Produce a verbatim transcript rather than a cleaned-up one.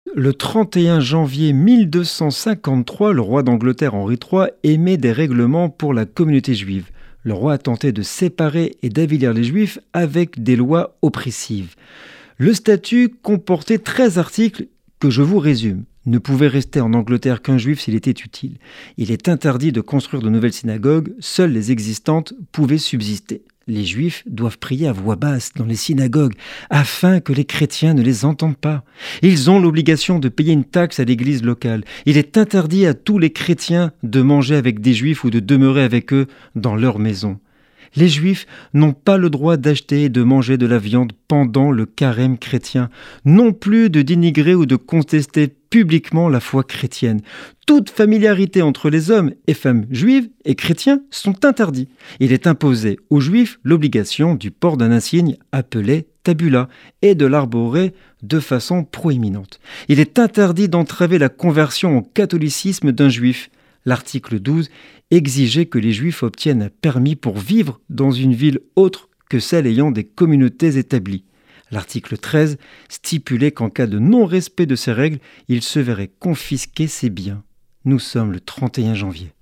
Le trente et un janvier mille deux cent cinquante-trois, le roi d'Angleterre Henri trois émet des règlements pour la communauté juive. Le roi a tenté de séparer et d'avilir les juifs avec des lois oppressives. Le statut comportait treize articles que je vous résume. Ne pouvait rester en Angleterre qu'un juif s'il était utile. Il est interdit de construire de nouvelles synagogues, seules les existantes pouvaient subsister. Les juifs doivent prier à voix basse dans les synagogues afin que les chrétiens ne les entendent pas. Ils ont l'obligation de payer une taxe à l'église locale. Il est interdit à tous les chrétiens de manger avec des juifs ou de demeurer avec eux dans leur maison. Les juifs n'ont pas le droit d'acheter et de manger de la viande pendant le carême chrétien, non plus de dénigrer ou de contester publiquement la foi chrétienne. Toute familiarité entre les hommes et femmes juives et chrétiens sont interdits. Il est imposé aux juifs l'obligation du port d'un insigne appelé tabula et de l'arborer de façon proéminente. Il est interdit d'entraver la conversion au catholicisme d'un juif. L'article douze exigeait que les Juifs obtiennent un permis pour vivre dans une ville autre que celle ayant des communautés établies. L'article treize stipulait qu'en cas de non-respect de ces règles, il se verrait confisquer ses biens. Nous sommes le trente et un janvier.